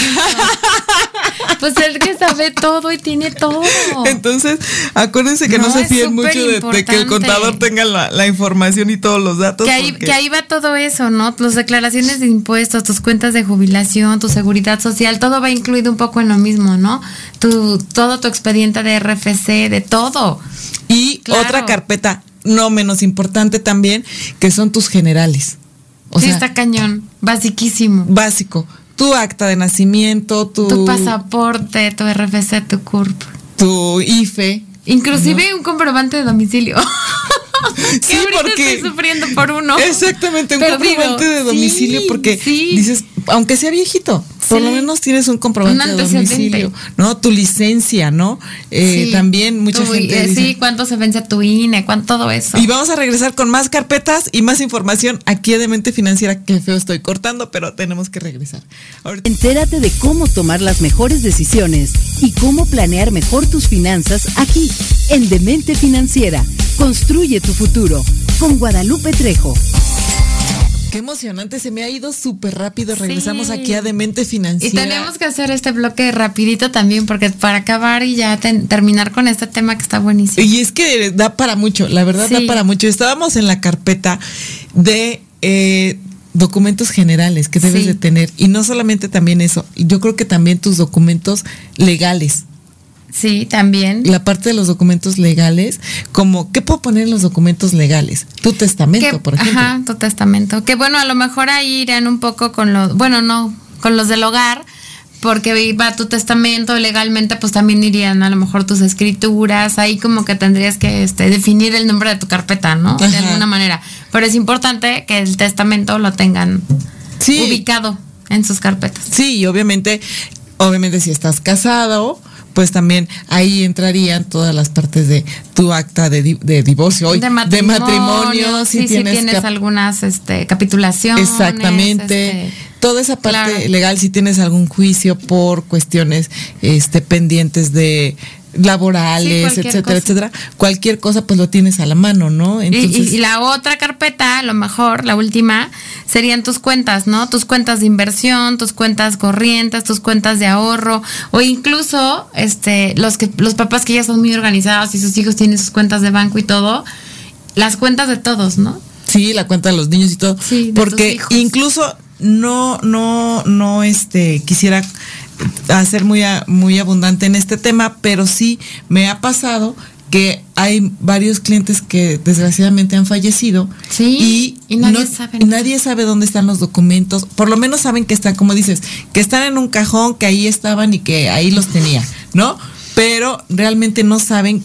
Pues el que sabe todo y tiene todo. Entonces, acuérdense que no, No, se es fíen mucho de, de que el superimportante. contador tenga la, la información y todos los datos. Que ahí, porque- que ahí va todo eso, ¿no? Tus declaraciones de impuestos, tus cuentas de jubilación, tu seguridad social, todo va incluido un poco en lo mismo, ¿no? Tu, todo tu expediente de R F C, de todo. Y Claro. otra carpeta, no menos importante también, que son tus generales. O sí, sea, está cañón, basiquísimo. básico. tu acta de nacimiento, tu, tu pasaporte, tu R F C, tu C U R P, tu I F E. Inclusive ¿no? un comprobante de domicilio. Sí, porque estoy sufriendo por uno. Exactamente, un Perdido. comprobante de domicilio, sí, porque sí. dices, aunque sea viejito, sí. por lo menos tienes un comprobante un de domicilio, ¿no? Tu licencia, ¿no? Eh, sí. También mucha tu, gente eh, dice, sí, cuánto se vence tu I N E, cuánto todo eso. Y vamos a regresar con más carpetas y más información aquí de Mente Financiera. Qué feo estoy cortando, pero tenemos que regresar. Ahorita. Entérate de cómo tomar las mejores decisiones y cómo planear mejor tus finanzas aquí, en Demente Financiera. Construye tu futuro, con Guadalupe Trejo. Qué emocionante, se me ha ido súper rápido. Regresamos sí. aquí a Demente Financiera. Y tenemos que hacer este bloque rapidito también, porque para acabar y ya ten, terminar con este tema que está buenísimo. Y es que da para mucho, la verdad sí. da para mucho. Estábamos en la carpeta de eh, documentos generales que debes sí. de tener. Y no solamente también eso, yo creo que también tus documentos legales. Sí, también. La parte de los documentos legales, como, ¿qué puedo poner en los documentos legales? Tu testamento, que, por ejemplo. Ajá, tu testamento. Que bueno, a lo mejor ahí irán un poco con los, bueno, no, con los del hogar, porque va tu testamento legalmente, pues también irían a lo mejor tus escrituras, ahí como que tendrías que este, definir el nombre de tu carpeta, ¿no? Ajá. De alguna manera. Pero es importante que el testamento lo tengan sí. ubicado en sus carpetas. Sí, y obviamente, obviamente si estás casado, pues también ahí entrarían todas las partes de tu acta de, di- de divorcio, hoy, de matrimonio, de matrimonio si sí, tienes, si tienes cap- algunas este, capitulaciones. Exactamente. Este, toda esa parte claro. legal, si tienes algún juicio por cuestiones este, pendientes de laborales, sí, etcétera, cosa. etcétera, cualquier cosa pues lo tienes a la mano, ¿no? Entonces, y, y la otra carpeta, a lo mejor, la última, serían tus cuentas, ¿no? Tus cuentas de inversión, tus cuentas corrientes, tus cuentas de ahorro, o incluso este los que los papás que ya son muy organizados y sus hijos tienen sus cuentas de banco y todo, las cuentas de todos, ¿no? Sí, la cuenta de los niños y todo, sí, de porque incluso no no no este quisiera hacer muy a, muy abundante en este tema, pero sí me ha pasado que hay varios clientes que desgraciadamente han fallecido sí, y, y nadie no, sabe y nadie sabe dónde están los documentos, por lo menos saben que están, como dices, que están en un cajón, que ahí estaban y que ahí los tenía, ¿no? Pero realmente no saben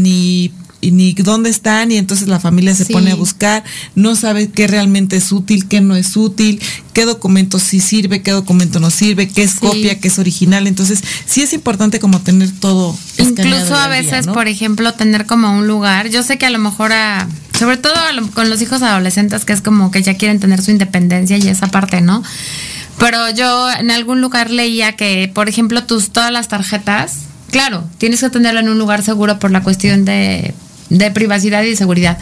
ni ni dónde están, y entonces la familia se sí. pone a buscar, no sabe qué realmente es útil, qué no es útil, qué documento sí sirve, qué documento no sirve, qué es sí. copia, qué es original. Entonces sí es importante como tener todo incluso a veces día, ¿no? Por ejemplo, tener como un lugar, yo sé que a lo mejor a, sobre todo a lo, con los hijos adolescentes, que es como que ya quieren tener su independencia y esa parte, ¿no? Pero yo en algún lugar leía que, por ejemplo, tus todas las tarjetas, claro, tienes que tenerlo en un lugar seguro por la cuestión de de privacidad y de seguridad,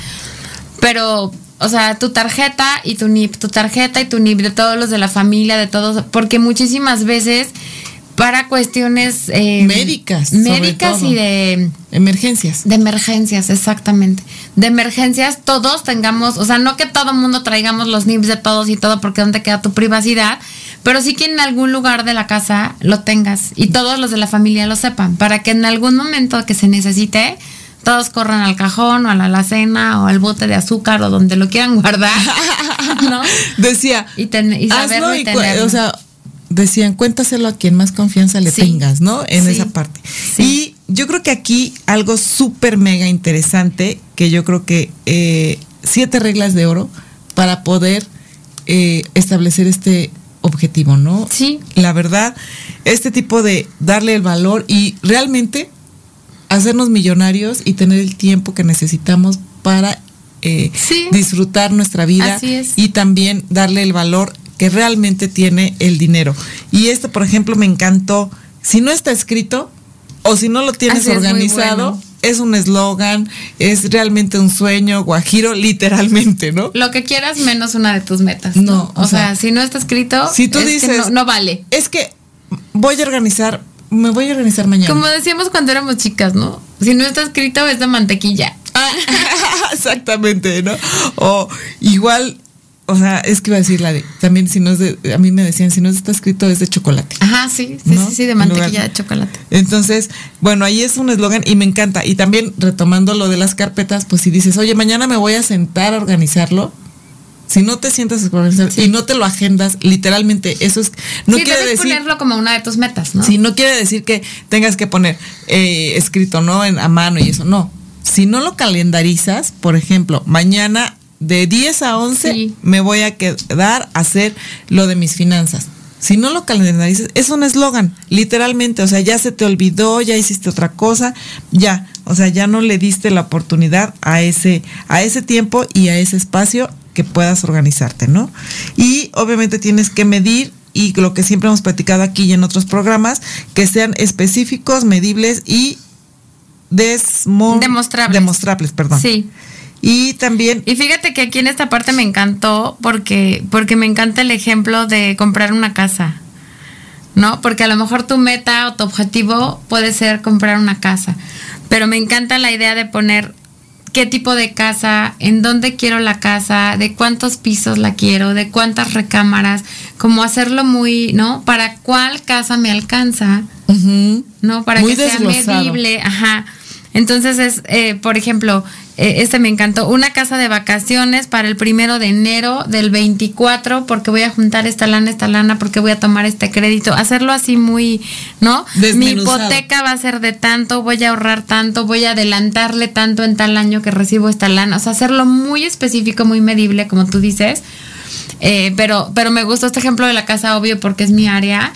pero o sea, tu tarjeta y tu N I P, tu tarjeta y tu N I P de todos los de la familia, de todos, porque muchísimas veces para cuestiones eh, médicas, médicas y de emergencias, de emergencias, exactamente, de emergencias, todos tengamos, o sea, no que todo el mundo traigamos los N I Ps de todos y todo, porque ¿dónde queda tu privacidad? Pero sí que en algún lugar de la casa lo tengas y todos los de la familia lo sepan, para que en algún momento que se necesite todos corran al cajón o a la alacena o al bote de azúcar o donde lo quieran guardar, ¿no? Decía, y, ten, y saberlo y, y tenerlo. O sea, decían, cuéntaselo a quien más confianza le sí. tengas, ¿no? En sí. esa parte. Sí. Y yo creo que aquí algo súper mega interesante, que yo creo que eh, siete reglas de oro para poder eh, establecer este objetivo, ¿no? Sí. La verdad, este tipo de darle el valor y realmente hacernos millonarios y tener el tiempo que necesitamos para eh, sí. disfrutar nuestra vida. Así es. Y también darle el valor que realmente tiene el dinero. Y esto, por ejemplo, me encantó. Si no está escrito o si no lo tienes Así organizado, es, es un eslogan, es realmente un sueño guajiro, literalmente, ¿no? Lo que quieras menos una de tus metas. No, ¿no? O, o sea, sea, si no está escrito, si tú es dices, que no, no vale. Es que voy a organizar me voy a organizar mañana. Como decíamos cuando éramos chicas, ¿no? Si no está escrito es de mantequilla. Ah, exactamente, ¿no? O igual, o sea, es que iba a decir la de, también si no es de, a mí me decían, si no está escrito es de chocolate. Ajá, sí, sí, ¿no? sí, sí, de mantequilla de chocolate. Entonces, bueno, ahí es un eslogan y me encanta. Y también retomando lo de las carpetas, pues si dices, oye, mañana me voy a sentar a organizarlo, Si no te sientas a organizar sí. y no te lo agendas, literalmente, eso es... No sí, quiere debes decir, ponerlo como una de tus metas, ¿no? Sí, no quiere decir que tengas que poner eh, escrito, ¿no? En, a mano y eso, no. Si no lo calendarizas, por ejemplo, mañana de diez a once sí. me voy a quedar a hacer lo de mis finanzas. Si no lo calendarizas, es un eslogan, literalmente, o sea, ya se te olvidó, ya hiciste otra cosa, ya, o sea, ya no le diste la oportunidad a ese, a ese tiempo y a ese espacio que puedas organizarte, ¿no? Y obviamente tienes que medir, y lo que siempre hemos platicado aquí y en otros programas, que sean específicos, medibles y desmo- demostrables. demostrables, perdón. Sí. Y también... Y fíjate que aquí en esta parte me encantó porque, porque me encanta el ejemplo de comprar una casa, ¿no? Porque a lo mejor tu meta o tu objetivo puede ser comprar una casa, pero me encanta la idea de poner qué tipo de casa, en dónde quiero la casa, de cuántos pisos la quiero, de cuántas recámaras, como hacerlo muy, ¿no? Para cuál casa me alcanza, uh-huh. ¿no? Para muy que desglosado. Sea medible, ajá. Entonces es, eh, por ejemplo, eh, este me encantó, una casa de vacaciones para el primero de enero del veinticuatro, porque voy a juntar esta lana, esta lana, porque voy a tomar este crédito, hacerlo así muy, ¿no? Mi hipoteca va a ser de tanto, voy a ahorrar tanto, voy a adelantarle tanto en tal año que recibo esta lana, o sea, hacerlo muy específico, muy medible, como tú dices, eh, pero, pero me gustó este ejemplo de la casa, obvio, porque es mi área.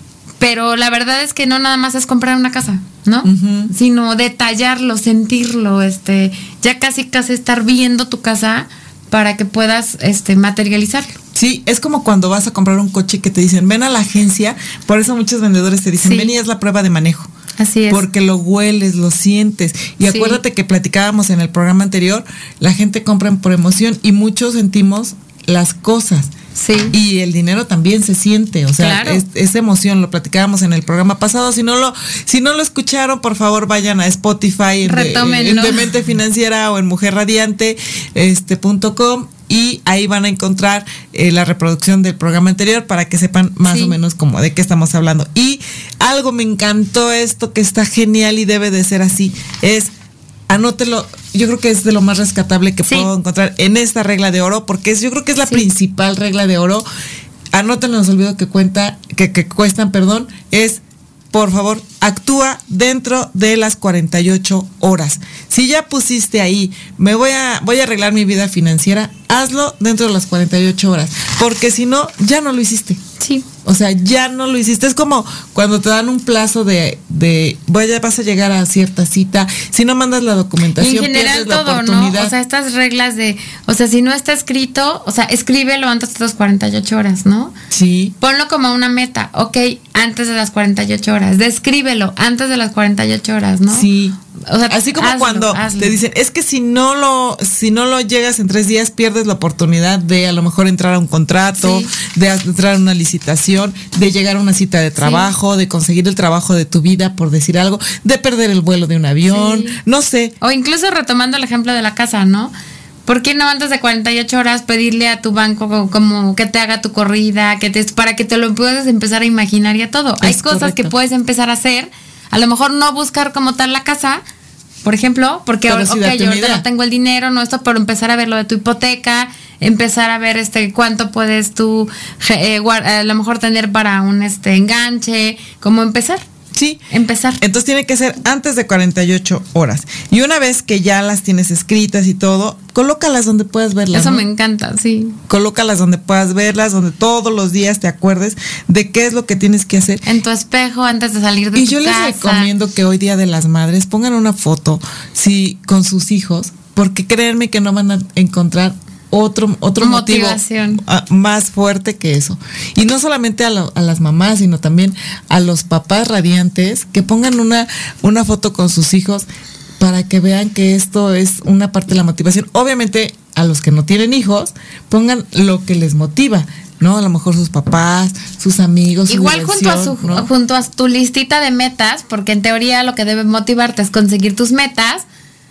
Pero la verdad es que no nada más es comprar una casa, ¿no? Uh-huh. Sino detallarlo, sentirlo, este, ya casi casi estar viendo tu casa para que puedas este materializarlo. Sí, es como cuando vas a comprar un coche que te dicen, ven a la agencia, por eso muchos vendedores te dicen, sí. ven y haz la prueba de manejo. Así es. Porque lo hueles, lo sientes. Y sí. acuérdate que platicábamos en el programa anterior, la gente compra por emoción y muchos sentimos las cosas. Sí. Y el dinero también se siente, o sea, claro. es, es emoción, lo platicábamos en el programa pasado. Si no lo, si no lo escucharon, por favor vayan a Spotify en, de, en de Mente Financiera o en mujer radiante este punto com y ahí van a encontrar eh, la reproducción del programa anterior para que sepan más sí. o menos como de qué estamos hablando. Y algo me encantó esto que está genial y debe de ser así, es anótelo, yo creo que es de lo más rescatable que sí. puedo encontrar en esta regla de oro, porque es, yo creo que es la sí. principal regla de oro. Anótenlo, nos olvido que cuenta, que, que cuestan, perdón, es, por favor, actúa dentro de las cuarenta y ocho horas. Si ya pusiste ahí, me voy a, voy a arreglar mi vida financiera, hazlo dentro de las cuarenta y ocho horas, porque si no, ya no lo hiciste. Sí. O sea, ya no lo hiciste. Es como cuando te dan un plazo de, de vaya, vas a llegar a cierta cita. Si no mandas la documentación, y en general pierdes todo, la oportunidad. ¿no? O sea, estas reglas de, o sea, si no está escrito, o sea, escríbelo antes de las cuarenta y ocho horas, ¿no? Sí. Ponlo como una meta, ok, antes de las cuarenta y ocho horas. Descríbelo antes de las cuarenta y ocho horas, ¿no? Sí. O sea, así como hazlo, cuando hazlo. te dicen, es que si no lo si no lo llegas en tres días, pierdes la oportunidad de a lo mejor entrar a un contrato, sí. de entrar a una licitación, de llegar a una cita de trabajo, sí. de conseguir el trabajo de tu vida, por decir algo, de perder el vuelo de un avión, sí. no sé. O incluso retomando el ejemplo de la casa, ¿no? ¿Por qué no antes de cuarenta y ocho horas pedirle a tu banco como, como que te haga tu corrida, que te, para que te lo puedas empezar a imaginar y a todo? Es Hay cosas correcto. que puedes empezar a hacer, a lo mejor no buscar como tal la casa, por ejemplo, porque ahora, sí, okay, yo ahorita no tengo el dinero, no esto, pero empezar a ver lo de tu hipoteca, empezar a ver este cuánto puedes tú eh, a lo mejor tener para un este enganche, como empezar. Sí, empezar. Entonces tiene que ser antes de cuarenta y ocho horas. Y una vez que ya las tienes escritas y todo, colócalas donde puedas verlas. Eso ¿no? me encanta, sí. Colócalas donde puedas verlas, donde todos los días te acuerdes de qué es lo que tienes que hacer. En tu espejo antes de salir de y tu casa. Y yo les recomiendo que hoy Día de las Madres pongan una foto, sí, con sus hijos, porque créanme que no van a encontrar otro otro motivación motivo a, más fuerte que eso. Y no solamente a, lo, a las mamás, sino también a los papás radiantes que pongan una una foto con sus hijos para que vean que esto es una parte de la motivación. Obviamente a los que no tienen hijos, pongan lo que les motiva, ¿no? A lo mejor sus papás, sus amigos, igual su junto a su ¿no? junto a tu listita de metas, porque en teoría lo que debe motivarte es conseguir tus metas.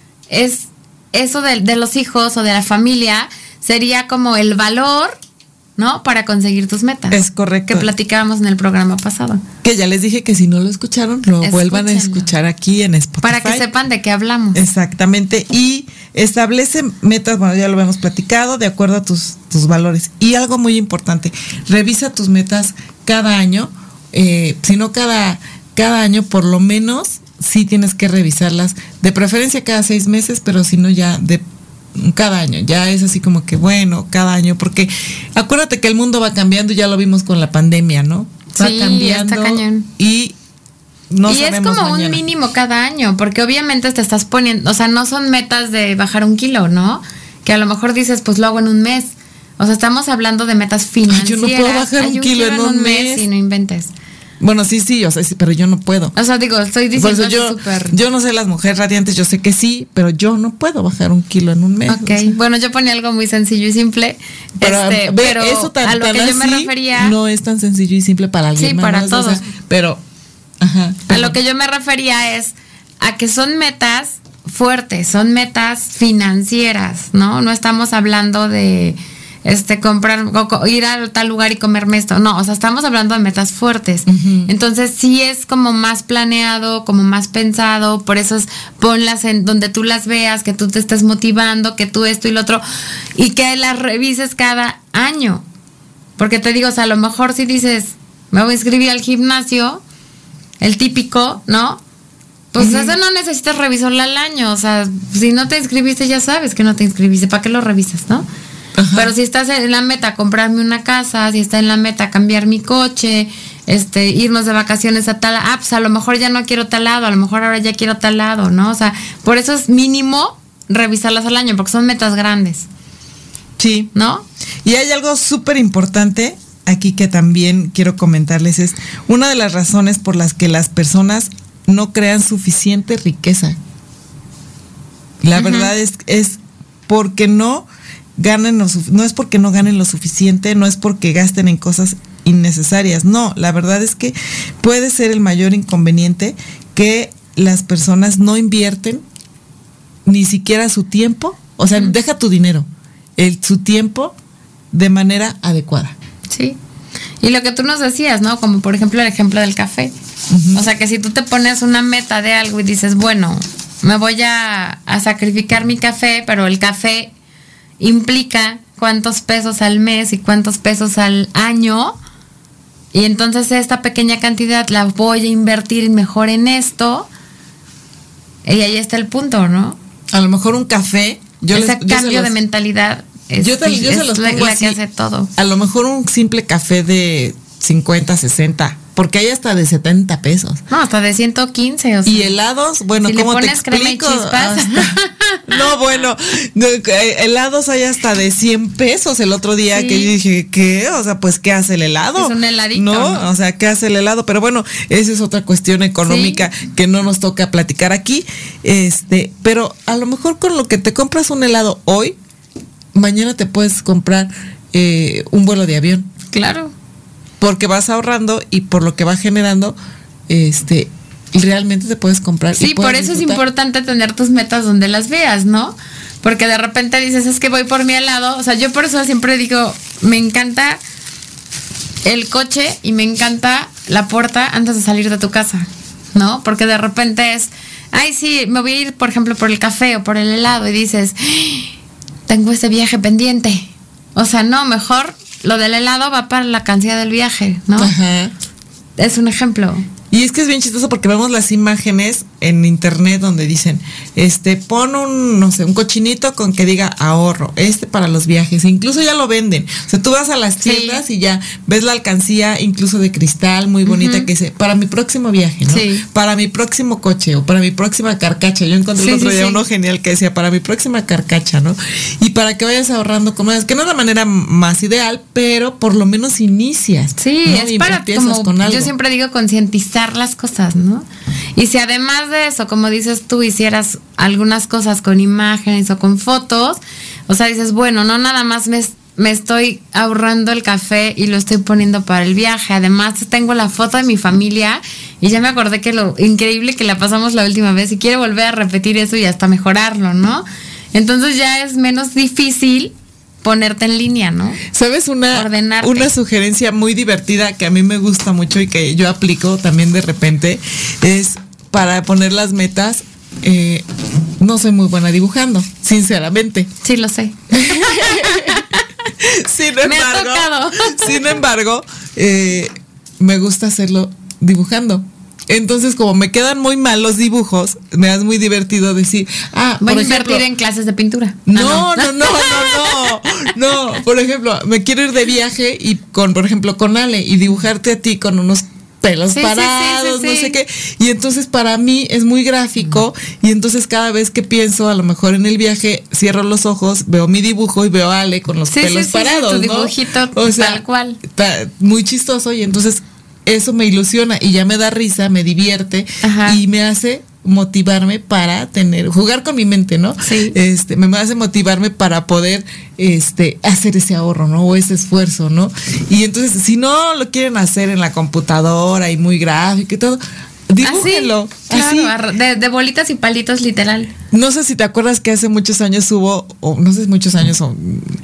Es eso de, de los hijos o de la familia, sería como el valor ¿no? Para conseguir tus metas. Es correcto. Que platicábamos en el programa pasado. Que ya les dije que si no lo escucharon, lo Escúchenlo. vuelvan a escuchar aquí en Spotify. Para que sepan de qué hablamos. Exactamente. Y establece metas, bueno, ya lo hemos platicado, de acuerdo a tus, tus valores. Y algo muy importante, revisa tus metas cada año, eh, si no cada, cada año, por lo menos sí tienes que revisarlas, de preferencia cada seis meses, pero si no ya de cada año, ya es así como que bueno, cada año, porque acuérdate que el mundo va cambiando, ya lo vimos con la pandemia, ¿no? Va sí, cambiando está cañón. y no y es como mañana. Un mínimo cada año, porque obviamente te estás poniendo, o sea, no son metas de bajar un kilo, ¿no? Que a lo mejor dices, pues lo hago en un mes. O sea, estamos hablando de metas financieras. Ay, yo no puedo bajar un, un kilo, kilo en un mes. mes y no inventes. Bueno, sí, sí, o sea, sí, pero yo no puedo. O sea, digo, estoy diciendo yo, súper... Yo no sé las mujeres radiantes, yo sé que sí, pero yo no puedo bajar un kilo en un mes. Ok, o sea. Bueno, yo ponía algo muy sencillo y simple, pero, este, ve, pero eso tan, a lo que yo me refería... No es tan sencillo y simple para alguien. Sí, más, para ¿no? todos. O sea, pero, ajá. Pero. A lo que yo me refería es a que son metas fuertes, son metas financieras, ¿no? No estamos hablando de... este comprar o ir a tal lugar y comerme esto, no, o sea, estamos hablando de metas fuertes. Uh-huh. Entonces sí es como más planeado, como más pensado, por eso es ponlas en donde tú las veas, que tú te estés motivando, que tú esto y lo otro, y que las revises cada año, porque te digo, o sea, a lo mejor si dices me voy a inscribir al gimnasio, el típico, ¿no? Pues uh-huh. Eso no necesitas revisarlo al año, o sea, si no te inscribiste ya sabes que no te inscribiste, ¿para qué lo revisas, no? Ajá. Pero si estás en la meta comprarme una casa, si está en la meta cambiar mi coche, este, irnos de vacaciones a tal, ah, pues a lo mejor ya no quiero tal lado, a lo mejor ahora ya quiero tal lado, ¿no? O sea, por eso es mínimo revisarlas al año, porque son metas grandes. Sí. ¿No? Y hay algo súper importante aquí que también quiero comentarles, es una de las razones por las que las personas no crean suficiente riqueza. La uh-huh. verdad es, es porque no... ganen lo, no es porque no ganen lo suficiente, no es porque gasten en cosas innecesarias, no, la verdad es que puede ser el mayor inconveniente que las personas no invierten ni siquiera su tiempo, o sea, uh-huh. deja tu dinero, el, su tiempo de manera adecuada. Sí, y lo que tú nos decías, ¿no? Como por ejemplo el ejemplo del café, uh-huh. o sea, que si tú te pones una meta de algo y dices, bueno, me voy a, a sacrificar mi café, pero el café implica cuántos pesos al mes y cuántos pesos al año, y entonces esta pequeña cantidad la voy a invertir mejor en esto, y ahí está el punto, ¿no? A lo mejor un café, yo ese les, yo cambio los, de mentalidad es, yo te, yo es se los la, pongo la así, que hace todo. A lo mejor un simple café de cincuenta, sesenta, porque hay hasta de setenta pesos. No, hasta de ciento quince. O sea, y helados, bueno, si ¿cómo le te pones explico? Crema y chispas. Hasta, no, bueno, helados hay hasta de cien pesos el otro día, sí. Que yo dije, ¿qué? O sea, pues, ¿qué hace el helado? Es un heladito. ¿No? ¿no? O sea, ¿qué hace el helado? Pero bueno, esa es otra cuestión económica sí. que no nos toca platicar aquí. Este, pero a lo mejor con lo que te compras un helado hoy, mañana te puedes comprar eh, un vuelo de avión. Claro. Porque vas ahorrando y por lo que va generando, este, realmente te puedes comprar. Sí, y puedes por eso disfrutar. Es importante tener tus metas donde las veas, ¿no? Porque de repente dices, es que voy por mi helado. O sea, yo por eso siempre digo, me encanta el coche y me encanta la puerta antes de salir de tu casa, ¿no? Porque de repente es, ay, sí, me voy a ir, por ejemplo, por el café o por el helado, y dices, tengo ese viaje pendiente. O sea, no, mejor lo del helado va para la cantidad del viaje, ¿no? Ajá. Es un ejemplo. Y es que es bien chistoso porque vemos las imágenes en internet donde dicen, este, pon un, no sé, un cochinito con que diga ahorro, este para los viajes, e incluso ya lo venden. O sea, tú vas a las tiendas sí. y ya ves la alcancía incluso de cristal muy bonita uh-huh. que dice, para mi próximo viaje, ¿no? Sí. Para mi próximo coche o para mi próxima carcacha. Yo encontré sí, el otro sí, día sí. uno genial que decía, para mi próxima carcacha, ¿no? Y para que vayas ahorrando comidas, que no es la manera más ideal, pero por lo menos inicias. Sí, ¿no? Es y para, como con algo. Yo siempre digo, concientizar las cosas, ¿no? Y si además de eso, como dices tú, hicieras algunas cosas con imágenes o con fotos, o sea, dices, bueno, no nada más me, me estoy ahorrando el café y lo estoy poniendo para el viaje, además tengo la foto de mi familia y ya me acordé que lo increíble que la pasamos la última vez y quiero volver a repetir eso y hasta mejorarlo, ¿no? Entonces ya es menos difícil ponerte en línea, ¿no? ¿Sabes? Una, Ordenarte. una sugerencia muy divertida que a mí me gusta mucho y que yo aplico también de repente es para poner las metas. Eh, no soy muy buena dibujando, sinceramente. Sí, lo sé. Sin Me ha embargo, tocado. sin embargo, eh, me gusta hacerlo dibujando. Entonces, como me quedan muy mal los dibujos, me es muy divertido decir, ah, Voy por a ejemplo, invertir en clases de pintura. No, Ah, no, no, no, no, no. Por ejemplo, me quiero ir de viaje y con, por ejemplo, con Ale y dibujarte a ti con unos pelos Sí, sí, parados, sí, sí, no sí. sé qué. Y entonces para mí es muy gráfico y entonces cada vez que pienso a lo mejor en el viaje, cierro los ojos, veo mi dibujo y veo a Ale con los Sí, pelos sí, sí, parados, tu ¿no? dibujito tal cual. Está muy chistoso y entonces eso me ilusiona y ya me da risa, me divierte. Ajá. Y me hace motivarme para tener, jugar con mi mente, ¿no? Sí. Este, me hace motivarme para poder este hacer ese ahorro, ¿no? O ese esfuerzo, ¿no? Y entonces, si no lo quieren hacer en la computadora y muy gráfico y todo, dibújenlo. Así, así. claro, de, de bolitas y palitos, literal. No sé si te acuerdas que hace muchos años hubo, o no sé si muchos años, o,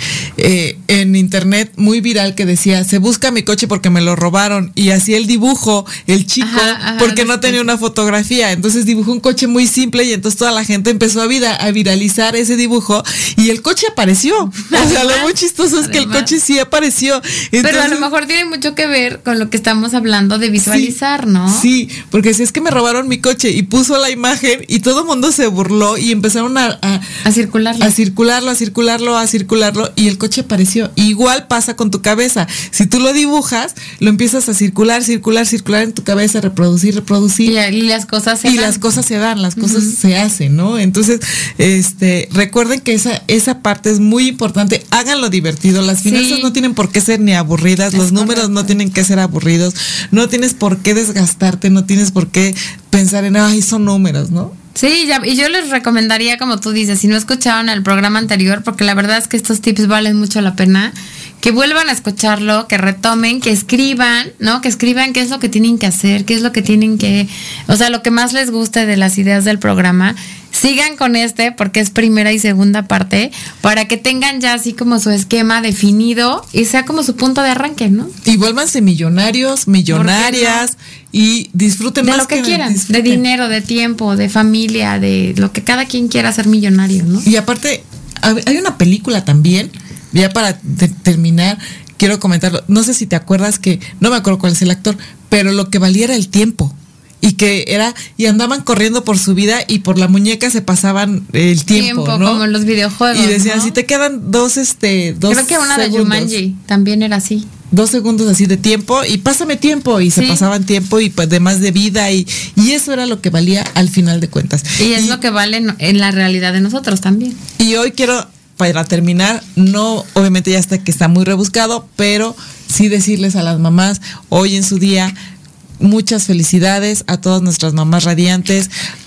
eh, en internet muy viral que decía, se busca mi coche porque me lo robaron. Y hacía el dibujo, el chico, Ajá, ajá, porque no después. tenía una fotografía. Entonces dibujó un coche muy simple y entonces toda la gente empezó a, vida, a viralizar ese dibujo y el coche apareció. O sea, lo muy chistoso es que el Además. coche sí apareció. Pero a lo Entonces, mejor tiene mucho que ver con lo que estamos hablando de visualizar, sí, ¿no? Sí, porque si es que me robaron mi coche y puso la imagen y todo el mundo se burló y empezaron a, a, A circularlo. a circularlo, a circularlo, a circularlo y el coche apareció. Igual pasa con tu cabeza. Si tú lo dibujas, lo empiezas a circular, circular, circular en tu cabeza, reproducir, reproducir. Y, y las cosas se Y dan. las cosas se dan, las cosas Ujú. se hacen, ¿no? Entonces, este, recuerden que esa, esa parte es muy importante. Háganlo divertido. Las Sí. finanzas no tienen por qué ser ni aburridas, Es los números no correcto. tienen que ser aburridos, no tienes por qué desgastarte, no tienes por qué pensar en, ay, son números, ¿no? Sí, ya, y yo les recomendaría, como tú dices, si no escucharon el programa anterior, porque la verdad es que estos tips valen mucho la pena, que vuelvan a escucharlo, que retomen, que escriban, ¿no? Que escriban qué es lo que tienen que hacer, qué es lo que tienen que, o sea, lo que más les guste de las ideas del programa. Sigan con este, porque es primera y segunda parte, para que tengan ya así como su esquema definido y sea como su punto de arranque, ¿no? Y vuélvanse millonarios, millonarias y disfruten De más lo que quieran, disfruten. de dinero, de tiempo, de familia, de lo que cada quien quiera ser millonario, ¿no? Y aparte, hab- hay una película también, ya para te- terminar, quiero comentarlo. No sé si te acuerdas que, no me acuerdo cuál es el actor, pero lo que valía era el tiempo. Y que era, y andaban corriendo por su vida y por la muñeca se pasaban el tiempo, ¿no? como en los videojuegos. Y decían, ¿no? si te quedan dos, este, dos Creo que una de segundos, Jumanji también era así. dos segundos así de tiempo y pásame tiempo y se Sí. pasaban tiempo y pues de más de vida y, y eso era lo que valía al final de cuentas. Y es lo que vale en, en la realidad de nosotros también. Y hoy quiero, para terminar, no, obviamente ya está que está muy rebuscado, pero sí decirles a las mamás, hoy en su día, muchas felicidades a todas nuestras mamás radiantes.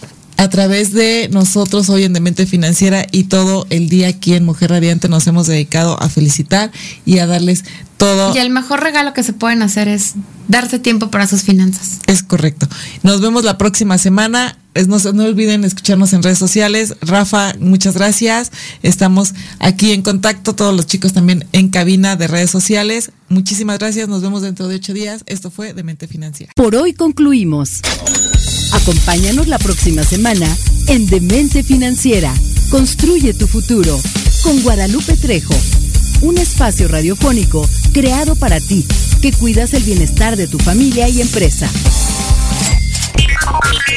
A través de nosotros hoy en Demente Financiera y todo el día aquí en Mujer Radiante nos hemos dedicado a felicitar y a darles todo. Y el mejor regalo que se pueden hacer es darse tiempo para sus finanzas. Es correcto. Nos vemos la próxima semana. Es- No, se- no olviden escucharnos en redes sociales. Rafa, muchas gracias. Estamos aquí en contacto, todos los chicos también en cabina de redes sociales. Muchísimas gracias. Nos vemos dentro de ocho días. Esto fue Demente Financiera. Por hoy concluimos. Acompáñanos la próxima semana en Demente Financiera. Construye tu futuro con Guadalupe Trejo. Un espacio radiofónico creado para ti, que cuidas el bienestar de tu familia y empresa.